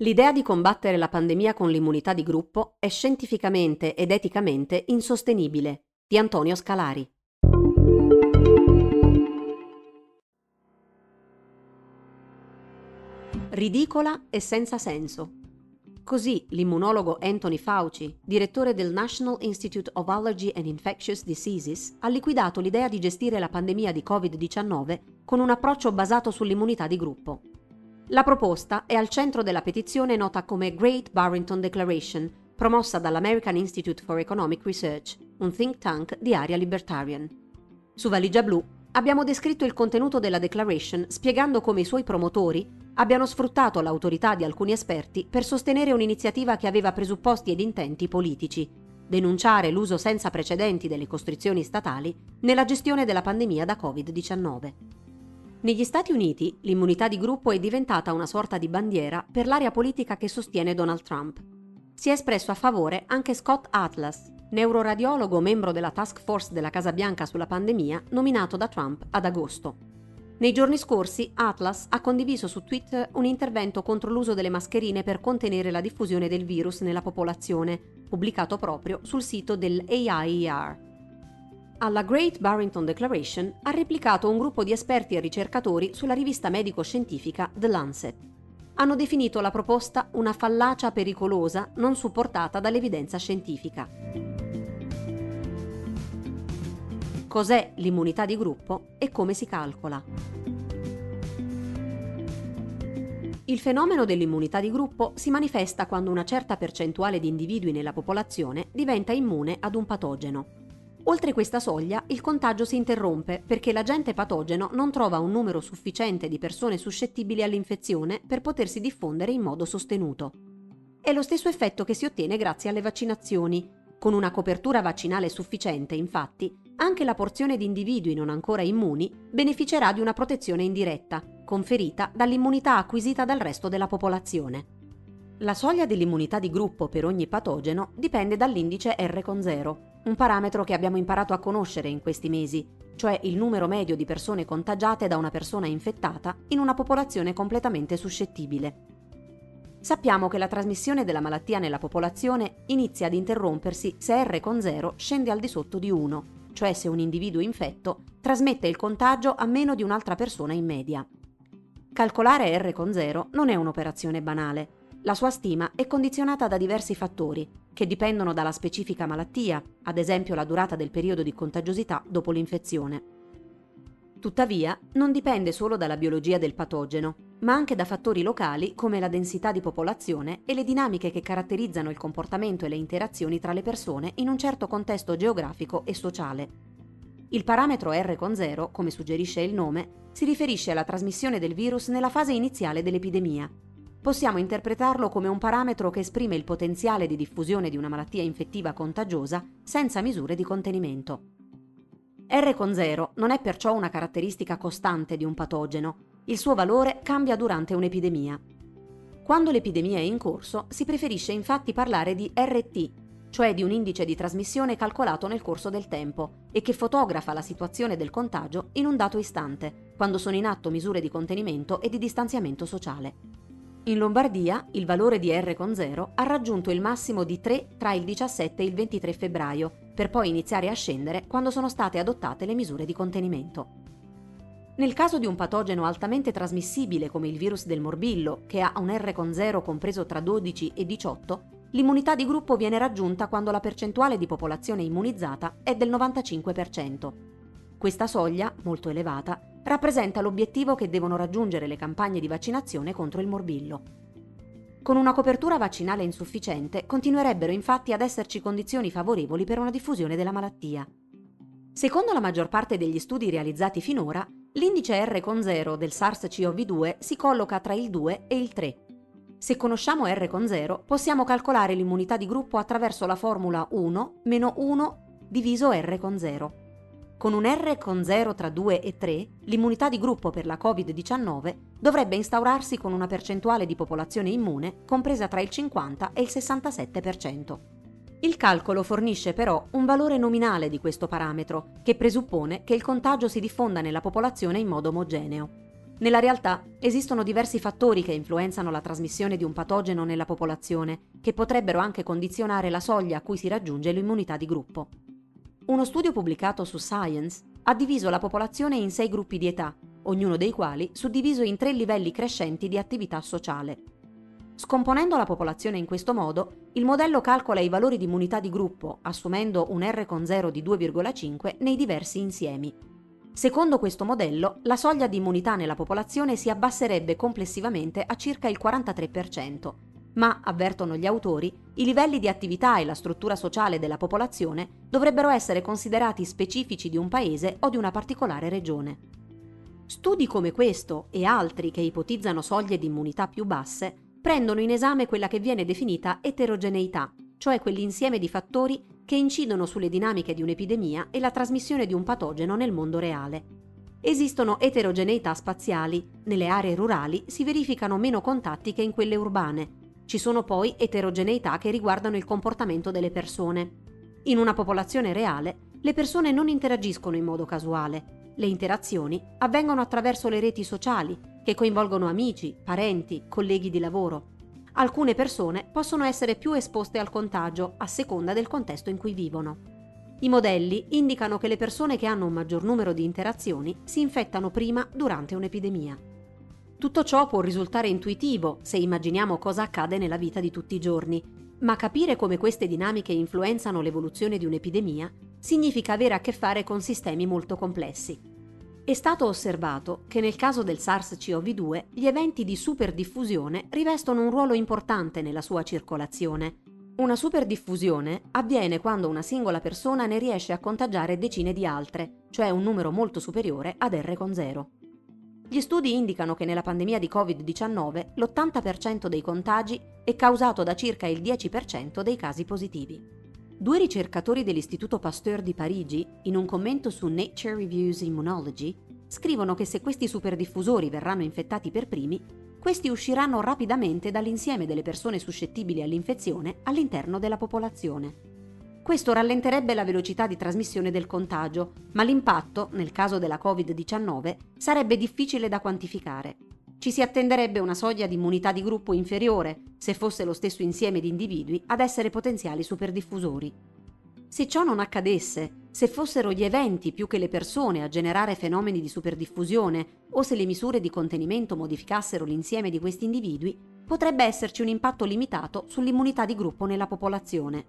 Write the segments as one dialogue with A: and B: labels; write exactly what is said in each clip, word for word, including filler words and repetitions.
A: L'idea di combattere la pandemia con l'immunità di gruppo è scientificamente ed eticamente insostenibile. Di Antonio Scalari. Ridicola e senza senso. Così l'immunologo Anthony Fauci, direttore del National Institute of Allergy and Infectious Diseases, ha liquidato l'idea di gestire la pandemia di covid diciannove con un approccio basato sull'immunità di gruppo. La proposta è al centro della petizione nota come Great Barrington Declaration, promossa dall'American Institute for Economic Research, un think tank di area libertarian. Su Valigia Blu abbiamo descritto il contenuto della Declaration spiegando come i suoi promotori abbiano sfruttato l'autorità di alcuni esperti per sostenere un'iniziativa che aveva presupposti ed intenti politici, denunciare l'uso senza precedenti delle costrizioni statali nella gestione della pandemia da covid diciannove. Negli Stati Uniti l'immunità di gruppo è diventata una sorta di bandiera per l'area politica che sostiene Donald Trump. Si è espresso a favore anche Scott Atlas, neuroradiologo membro della task force della Casa Bianca sulla pandemia, nominato da Trump ad agosto. Nei giorni scorsi Atlas ha condiviso su Twitter un intervento contro l'uso delle mascherine per contenere la diffusione del virus nella popolazione, pubblicato proprio sul sito del A I E R. Alla Great Barrington Declaration ha replicato un gruppo di esperti e ricercatori sulla rivista medico-scientifica The Lancet. Hanno definito la proposta una fallacia pericolosa non supportata dall'evidenza scientifica. Cos'è l'immunità di gruppo e come si calcola? Il fenomeno dell'immunità di gruppo si manifesta quando una certa percentuale di individui nella popolazione diventa immune ad un patogeno. Oltre questa soglia, il contagio si interrompe perché l'agente patogeno non trova un numero sufficiente di persone suscettibili all'infezione per potersi diffondere in modo sostenuto. È lo stesso effetto che si ottiene grazie alle vaccinazioni. Con una copertura vaccinale sufficiente, infatti, anche la porzione di individui non ancora immuni beneficerà di una protezione indiretta, conferita dall'immunità acquisita dal resto della popolazione. La soglia dell'immunità di gruppo per ogni patogeno dipende dall'indice R con zero, un parametro che abbiamo imparato a conoscere in questi mesi, cioè il numero medio di persone contagiate da una persona infettata in una popolazione completamente suscettibile. Sappiamo che la trasmissione della malattia nella popolazione inizia ad interrompersi se R con zero scende al di sotto di uno, cioè se un individuo infetto trasmette il contagio a meno di un'altra persona in media. Calcolare R con zero non è un'operazione banale. La sua stima è condizionata da diversi fattori, che dipendono dalla specifica malattia, ad esempio la durata del periodo di contagiosità dopo l'infezione. Tuttavia, non dipende solo dalla biologia del patogeno, ma anche da fattori locali come la densità di popolazione e le dinamiche che caratterizzano il comportamento e le interazioni tra le persone in un certo contesto geografico e sociale. Il parametro R con zero, come suggerisce il nome, si riferisce alla trasmissione del virus nella fase iniziale dell'epidemia. Possiamo interpretarlo come un parametro che esprime il potenziale di diffusione di una malattia infettiva contagiosa senza misure di contenimento. R con zero non è perciò una caratteristica costante di un patogeno, il suo valore cambia durante un'epidemia. Quando l'epidemia è in corso si preferisce infatti parlare di R T, cioè di un indice di trasmissione calcolato nel corso del tempo e che fotografa la situazione del contagio in un dato istante, quando sono in atto misure di contenimento e di distanziamento sociale. In Lombardia il valore di R con zero ha raggiunto il massimo di tre tra il diciassette e il ventitré febbraio, per poi iniziare a scendere quando sono state adottate le misure di contenimento. Nel caso di un patogeno altamente trasmissibile come il virus del morbillo, che ha un R con zero compreso tra dodici e diciotto, l'immunità di gruppo viene raggiunta quando la percentuale di popolazione immunizzata è del novantacinque per cento. Questa soglia, molto elevata, rappresenta l'obiettivo che devono raggiungere le campagne di vaccinazione contro il morbillo. Con una copertura vaccinale insufficiente continuerebbero infatti ad esserci condizioni favorevoli per una diffusione della malattia. Secondo la maggior parte degli studi realizzati finora, l'indice R con zero del SARS-C o V due si colloca tra il due e il tre. Se conosciamo R con zero, possiamo calcolare l'immunità di gruppo attraverso la formula uno meno uno diviso R con zero. Con un R con zero tra due e tre, l'immunità di gruppo per la covid diciannove dovrebbe instaurarsi con una percentuale di popolazione immune compresa tra il cinquanta e il sessantasette per cento. Il calcolo fornisce però un valore nominale di questo parametro, che presuppone che il contagio si diffonda nella popolazione in modo omogeneo. Nella realtà esistono diversi fattori che influenzano la trasmissione di un patogeno nella popolazione, che potrebbero anche condizionare la soglia a cui si raggiunge l'immunità di gruppo. Uno studio pubblicato su Science ha diviso la popolazione in sei gruppi di età, ognuno dei quali suddiviso in tre livelli crescenti di attività sociale. Scomponendo la popolazione in questo modo, il modello calcola i valori di immunità di gruppo, assumendo un R con zero di due virgola cinque nei diversi insiemi. Secondo questo modello, la soglia di immunità nella popolazione si abbasserebbe complessivamente a circa il quarantatré per cento, ma, avvertono gli autori, i livelli di attività e la struttura sociale della popolazione dovrebbero essere considerati specifici di un paese o di una particolare regione. Studi come questo e altri che ipotizzano soglie di immunità più basse prendono in esame quella che viene definita eterogeneità, cioè quell'insieme di fattori che incidono sulle dinamiche di un'epidemia e la trasmissione di un patogeno nel mondo reale. Esistono eterogeneità spaziali, nelle aree rurali si verificano meno contatti che in quelle urbane. Ci sono poi eterogeneità che riguardano il comportamento delle persone. In una popolazione reale, le persone non interagiscono in modo casuale. Le interazioni avvengono attraverso le reti sociali, che coinvolgono amici, parenti, colleghi di lavoro. Alcune persone possono essere più esposte al contagio a seconda del contesto in cui vivono. I modelli indicano che le persone che hanno un maggior numero di interazioni si infettano prima durante un'epidemia. Tutto ciò può risultare intuitivo se immaginiamo cosa accade nella vita di tutti i giorni, ma capire come queste dinamiche influenzano l'evoluzione di un'epidemia significa avere a che fare con sistemi molto complessi. È stato osservato che nel caso del SARS-C o V due gli eventi di superdiffusione rivestono un ruolo importante nella sua circolazione. Una superdiffusione avviene quando una singola persona ne riesce a contagiare decine di altre, cioè un numero molto superiore ad R con zero. Gli studi indicano che nella pandemia di covid diciannove l'ottanta per cento dei contagi è causato da circa il dieci per cento dei casi positivi. Due ricercatori dell'Istituto Pasteur di Parigi, in un commento su Nature Reviews Immunology, scrivono che se questi superdiffusori verranno infettati per primi, questi usciranno rapidamente dall'insieme delle persone suscettibili all'infezione all'interno della popolazione. Questo rallenterebbe la velocità di trasmissione del contagio, ma l'impatto, nel caso della covid diciannove, sarebbe difficile da quantificare. Ci si attenderebbe una soglia di immunità di gruppo inferiore, se fosse lo stesso insieme di individui ad essere potenziali superdiffusori. Se ciò non accadesse, se fossero gli eventi più che le persone a generare fenomeni di superdiffusione o se le misure di contenimento modificassero l'insieme di questi individui, potrebbe esserci un impatto limitato sull'immunità di gruppo nella popolazione.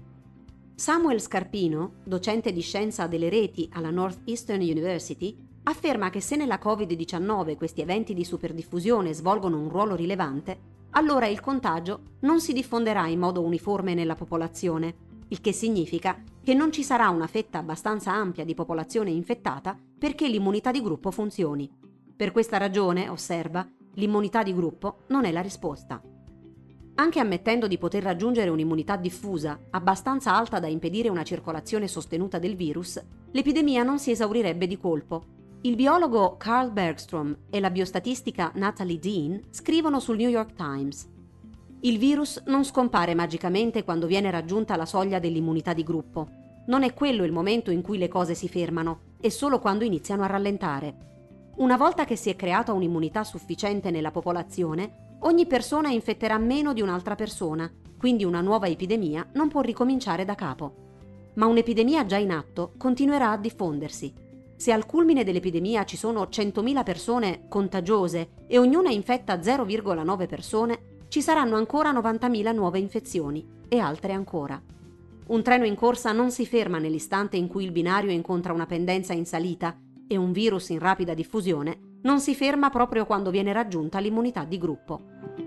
A: Samuel Scarpino, docente di scienza delle reti alla Northeastern University, afferma che se nella covid diciannove questi eventi di superdiffusione svolgono un ruolo rilevante, allora il contagio non si diffonderà in modo uniforme nella popolazione, il che significa che non ci sarà una fetta abbastanza ampia di popolazione infettata perché l'immunità di gruppo funzioni. Per questa ragione, osserva, l'immunità di gruppo non è la risposta. Anche ammettendo di poter raggiungere un'immunità diffusa, abbastanza alta da impedire una circolazione sostenuta del virus, l'epidemia non si esaurirebbe di colpo. Il biologo Carl Bergstrom e la biostatistica Natalie Dean scrivono sul New York Times: il virus non scompare magicamente quando viene raggiunta la soglia dell'immunità di gruppo. Non è quello il momento in cui le cose si fermano, è solo quando iniziano a rallentare. Una volta che si è creata un'immunità sufficiente nella popolazione, ogni persona infetterà meno di un'altra persona, quindi una nuova epidemia non può ricominciare da capo. Ma un'epidemia già in atto continuerà a diffondersi. Se al culmine dell'epidemia ci sono centomila persone contagiose e ognuna infetta zero virgola nove persone, ci saranno ancora novantamila nuove infezioni e altre ancora. Un treno in corsa non si ferma nell'istante in cui il binario incontra una pendenza in salita e un virus in rapida diffusione non si ferma proprio quando viene raggiunta l'immunità di gruppo.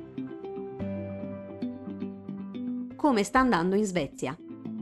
A: Come sta andando in Svezia?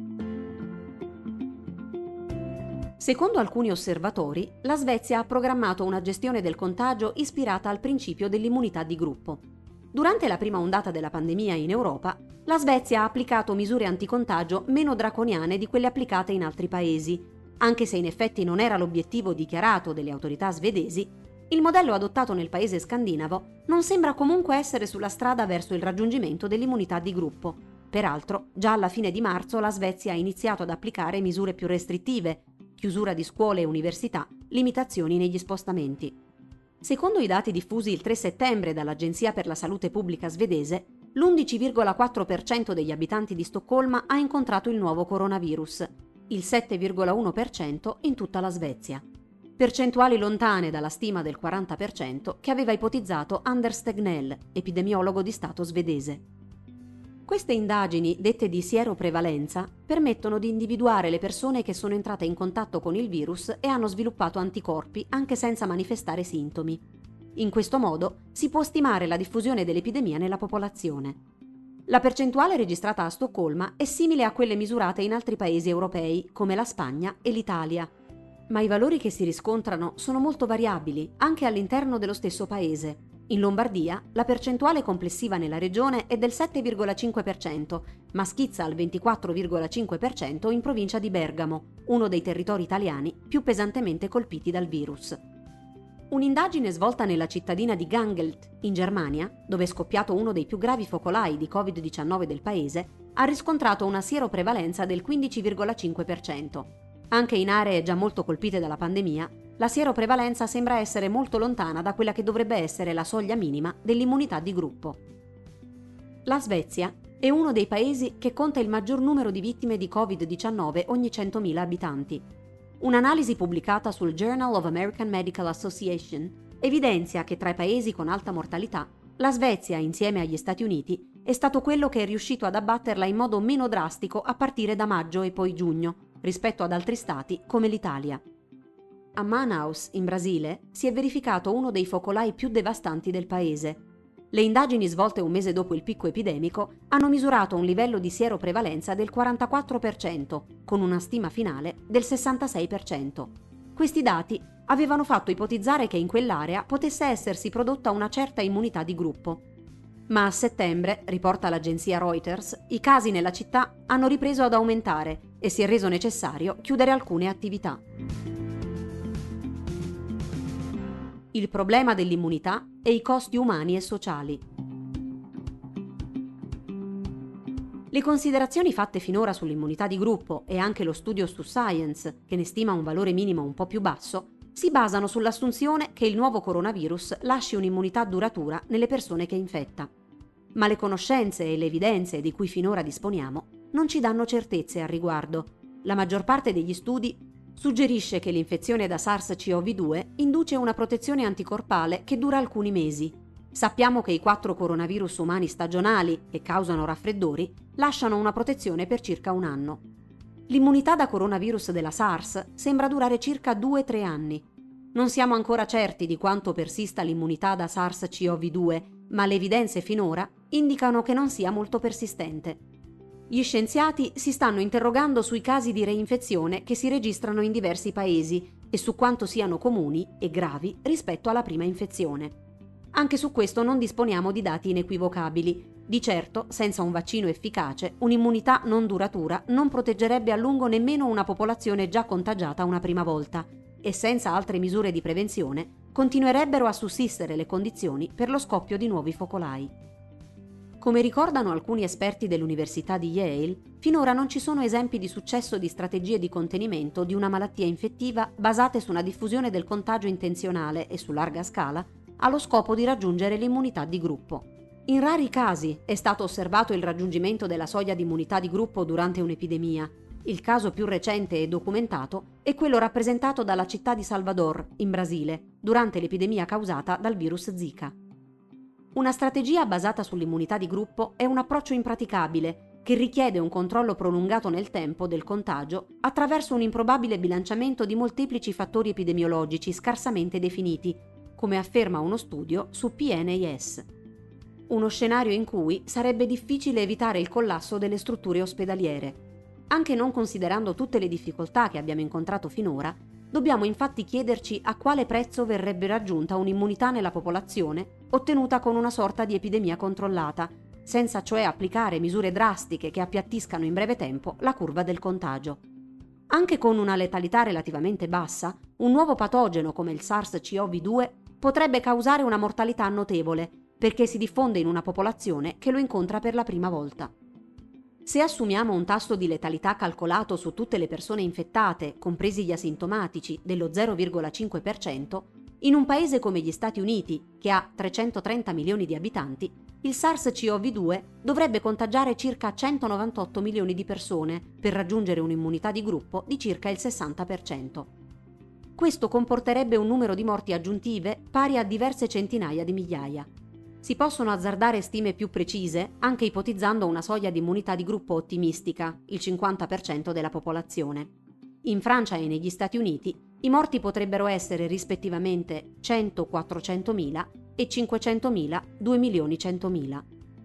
A: Secondo alcuni osservatori, la Svezia ha programmato una gestione del contagio ispirata al principio dell'immunità di gruppo. Durante la prima ondata della pandemia in Europa, la Svezia ha applicato misure anticontagio meno draconiane di quelle applicate in altri paesi. Anche se in effetti non era l'obiettivo dichiarato delle autorità svedesi, il modello adottato nel paese scandinavo non sembra comunque essere sulla strada verso il raggiungimento dell'immunità di gruppo. Peraltro, già alla fine di marzo la Svezia ha iniziato ad applicare misure più restrittive, chiusura di scuole e università, limitazioni negli spostamenti. Secondo i dati diffusi il tre settembre dall'Agenzia per la Salute Pubblica svedese, l'undici virgola quattro per cento degli abitanti di Stoccolma ha incontrato il nuovo coronavirus, il sette virgola uno per cento in tutta la Svezia. Percentuali lontane dalla stima del quaranta per cento che aveva ipotizzato Anders Tegnell, epidemiologo di Stato svedese. Queste indagini, dette di sieroprevalenza, permettono di individuare le persone che sono entrate in contatto con il virus e hanno sviluppato anticorpi anche senza manifestare sintomi. In questo modo si può stimare la diffusione dell'epidemia nella popolazione. La percentuale registrata a Stoccolma è simile a quelle misurate in altri paesi europei, come la Spagna e l'Italia. Ma i valori che si riscontrano sono molto variabili, anche all'interno dello stesso paese. In Lombardia la percentuale complessiva nella regione è del sette virgola cinque per cento, ma schizza al ventiquattro virgola cinque per cento in provincia di Bergamo, uno dei territori italiani più pesantemente colpiti dal virus. Un'indagine svolta nella cittadina di Gangelt, in Germania, dove è scoppiato uno dei più gravi focolai di covid diciannove del paese, ha riscontrato una sieroprevalenza del quindici virgola cinque per cento. Anche in aree già molto colpite dalla pandemia, la sieroprevalenza sembra essere molto lontana da quella che dovrebbe essere la soglia minima dell'immunità di gruppo. La Svezia è uno dei paesi che conta il maggior numero di vittime di covid diciannove ogni centomila abitanti. Un'analisi pubblicata sul Journal of American Medical Association evidenzia che tra i paesi con alta mortalità, la Svezia, insieme agli Stati Uniti, è stato quello che è riuscito ad abbatterla in modo meno drastico a partire da maggio e poi giugno, rispetto ad altri stati come l'Italia. A Manaus, in Brasile, si è verificato uno dei focolai più devastanti del paese. Le indagini svolte un mese dopo il picco epidemico hanno misurato un livello di sieroprevalenza del quarantaquattro per cento, con una stima finale del sessantasei per cento. Questi dati avevano fatto ipotizzare che in quell'area potesse essersi prodotta una certa immunità di gruppo. Ma a settembre, riporta l'agenzia Reuters, i casi nella città hanno ripreso ad aumentare e si è reso necessario chiudere alcune attività. Il problema dell'immunità e i costi umani e sociali. Le considerazioni fatte finora sull'immunità di gruppo e anche lo studio su Science, che ne stima un valore minimo un po' più basso, si basano sull'assunzione che il nuovo coronavirus lasci un'immunità duratura nelle persone che infetta. Ma le conoscenze e le evidenze di cui finora disponiamo non ci danno certezze al riguardo. La maggior parte degli studi suggerisce che l'infezione da SARS-C o V due induce una protezione anticorpale che dura alcuni mesi. Sappiamo che i quattro coronavirus umani stagionali, che causano raffreddori, lasciano una protezione per circa un anno. L'immunità da coronavirus della SARS sembra durare circa due tre anni. Non siamo ancora certi di quanto persista l'immunità da SARS-C o V due, ma le evidenze finora indicano che non sia molto persistente. Gli scienziati si stanno interrogando sui casi di reinfezione che si registrano in diversi paesi e su quanto siano comuni e gravi rispetto alla prima infezione. Anche su questo non disponiamo di dati inequivocabili. Di certo, senza un vaccino efficace, un'immunità non duratura non proteggerebbe a lungo nemmeno una popolazione già contagiata una prima volta e senza altre misure di prevenzione continuerebbero a sussistere le condizioni per lo scoppio di nuovi focolai. Come ricordano alcuni esperti dell'Università di Yale, finora non ci sono esempi di successo di strategie di contenimento di una malattia infettiva basate su una diffusione del contagio intenzionale e su larga scala allo scopo di raggiungere l'immunità di gruppo. In rari casi è stato osservato il raggiungimento della soglia di immunità di gruppo durante un'epidemia. Il caso più recente e documentato è quello rappresentato dalla città di Salvador, in Brasile, durante l'epidemia causata dal virus Zika. Una strategia basata sull'immunità di gruppo è un approccio impraticabile che richiede un controllo prolungato nel tempo del contagio attraverso un improbabile bilanciamento di molteplici fattori epidemiologici scarsamente definiti, come afferma uno studio su P N A S. Uno scenario in cui sarebbe difficile evitare il collasso delle strutture ospedaliere. Anche non considerando tutte le difficoltà che abbiamo incontrato finora, dobbiamo infatti chiederci a quale prezzo verrebbe raggiunta un'immunità nella popolazione ottenuta con una sorta di epidemia controllata, senza cioè applicare misure drastiche che appiattiscano in breve tempo la curva del contagio. Anche con una letalità relativamente bassa, un nuovo patogeno come il SARS-C o V due potrebbe causare una mortalità notevole, perché si diffonde in una popolazione che lo incontra per la prima volta. Se assumiamo un tasso di letalità calcolato su tutte le persone infettate, compresi gli asintomatici, dello zero virgola cinque per cento, In un paese come gli Stati Uniti, che ha trecentotrenta milioni di abitanti, il SARS-C o V due dovrebbe contagiare circa centonovantotto milioni di persone per raggiungere un'immunità di gruppo di circa il sessanta per cento. Questo comporterebbe un numero di morti aggiuntive pari a diverse centinaia di migliaia. Si possono azzardare stime più precise anche ipotizzando una soglia di immunità di gruppo ottimistica, il cinquanta per cento della popolazione. In Francia e negli Stati Uniti i morti potrebbero essere rispettivamente cento-quattrocentomila e cinquecentomila due milioni centomila.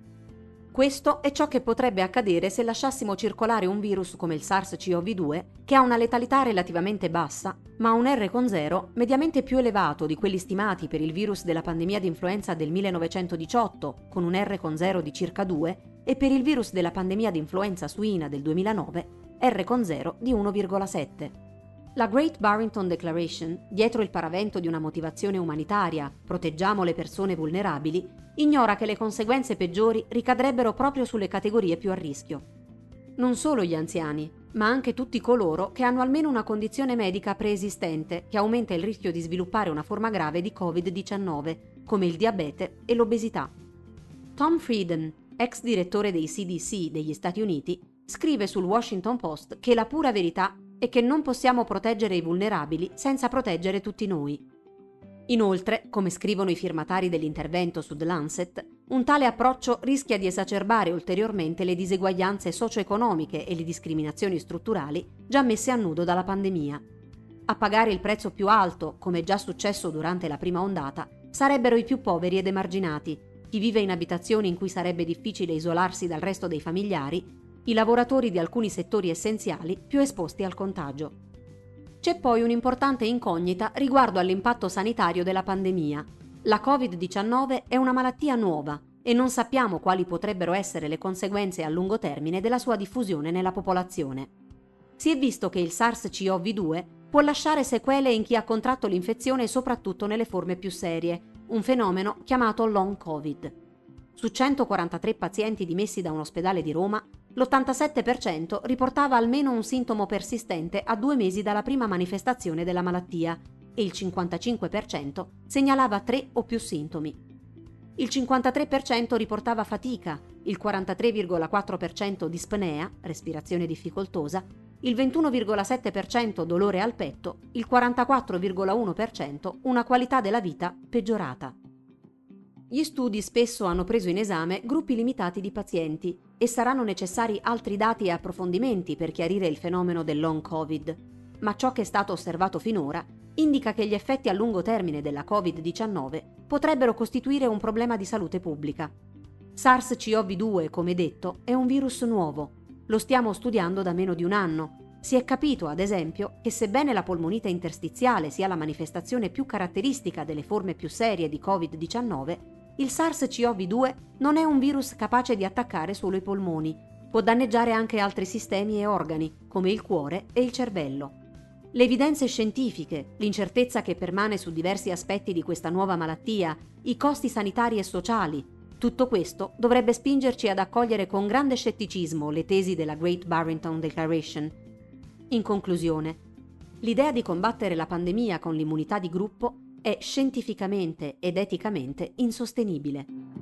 A: Questo è ciò che potrebbe accadere se lasciassimo circolare un virus come il SARS-C o V due, che ha una letalità relativamente bassa, ma un R con zero mediamente più elevato di quelli stimati per il virus della pandemia di influenza del millenovecentodiciotto, con un R con zero di circa due, e per il virus della pandemia di influenza suina del duemilanove, R con zero di uno virgola sette. La Great Barrington Declaration, dietro il paravento di una motivazione umanitaria, proteggiamo le persone vulnerabili, ignora che le conseguenze peggiori ricadrebbero proprio sulle categorie più a rischio. Non solo gli anziani, ma anche tutti coloro che hanno almeno una condizione medica preesistente che aumenta il rischio di sviluppare una forma grave di covid diciannove, come il diabete e l'obesità. Tom Frieden, ex direttore dei C D C degli Stati Uniti, scrive sul Washington Post che la pura verità è che non possiamo proteggere i vulnerabili senza proteggere tutti noi. Inoltre, come scrivono i firmatari dell'intervento su The Lancet, un tale approccio rischia di esacerbare ulteriormente le diseguaglianze socio-economiche e le discriminazioni strutturali già messe a nudo dalla pandemia. A pagare il prezzo più alto, come già successo durante la prima ondata, sarebbero i più poveri ed emarginati, chi vive in abitazioni in cui sarebbe difficile isolarsi dal resto dei familiari, i lavoratori di alcuni settori essenziali più esposti al contagio. C'è poi un'importante incognita riguardo all'impatto sanitario della pandemia. La covid diciannove è una malattia nuova e non sappiamo quali potrebbero essere le conseguenze a lungo termine della sua diffusione nella popolazione. Si è visto che il SARS-C o V due può lasciare sequele in chi ha contratto l'infezione soprattutto nelle forme più serie, un fenomeno chiamato long covid. Su centoquarantatré pazienti dimessi da un ospedale di Roma, l'ottantasette per cento riportava almeno un sintomo persistente a due mesi dalla prima manifestazione della malattia e il cinquantacinque per cento segnalava tre o più sintomi. Il cinquantatré per cento riportava fatica, il quarantatré virgola quattro per cento dispnea, respirazione difficoltosa, il ventuno virgola sette per cento dolore al petto, il quarantaquattro virgola uno per cento una qualità della vita peggiorata. Gli studi spesso hanno preso in esame gruppi limitati di pazienti e saranno necessari altri dati e approfondimenti per chiarire il fenomeno del long covid, ma ciò che è stato osservato finora indica che gli effetti a lungo termine della covid diciannove potrebbero costituire un problema di salute pubblica. SARS-C o V due, come detto, è un virus nuovo. Lo stiamo studiando da meno di un anno. Si è capito, ad esempio, che sebbene la polmonite interstiziale sia la manifestazione più caratteristica delle forme più serie di covid diciannove, il SARS-C o V due non è un virus capace di attaccare solo i polmoni, può danneggiare anche altri sistemi e organi, come il cuore e il cervello. Le evidenze scientifiche, l'incertezza che permane su diversi aspetti di questa nuova malattia, i costi sanitari e sociali, tutto questo dovrebbe spingerci ad accogliere con grande scetticismo le tesi della Great Barrington Declaration. In conclusione, l'idea di combattere la pandemia con l'immunità di gruppo è scientificamente ed eticamente insostenibile.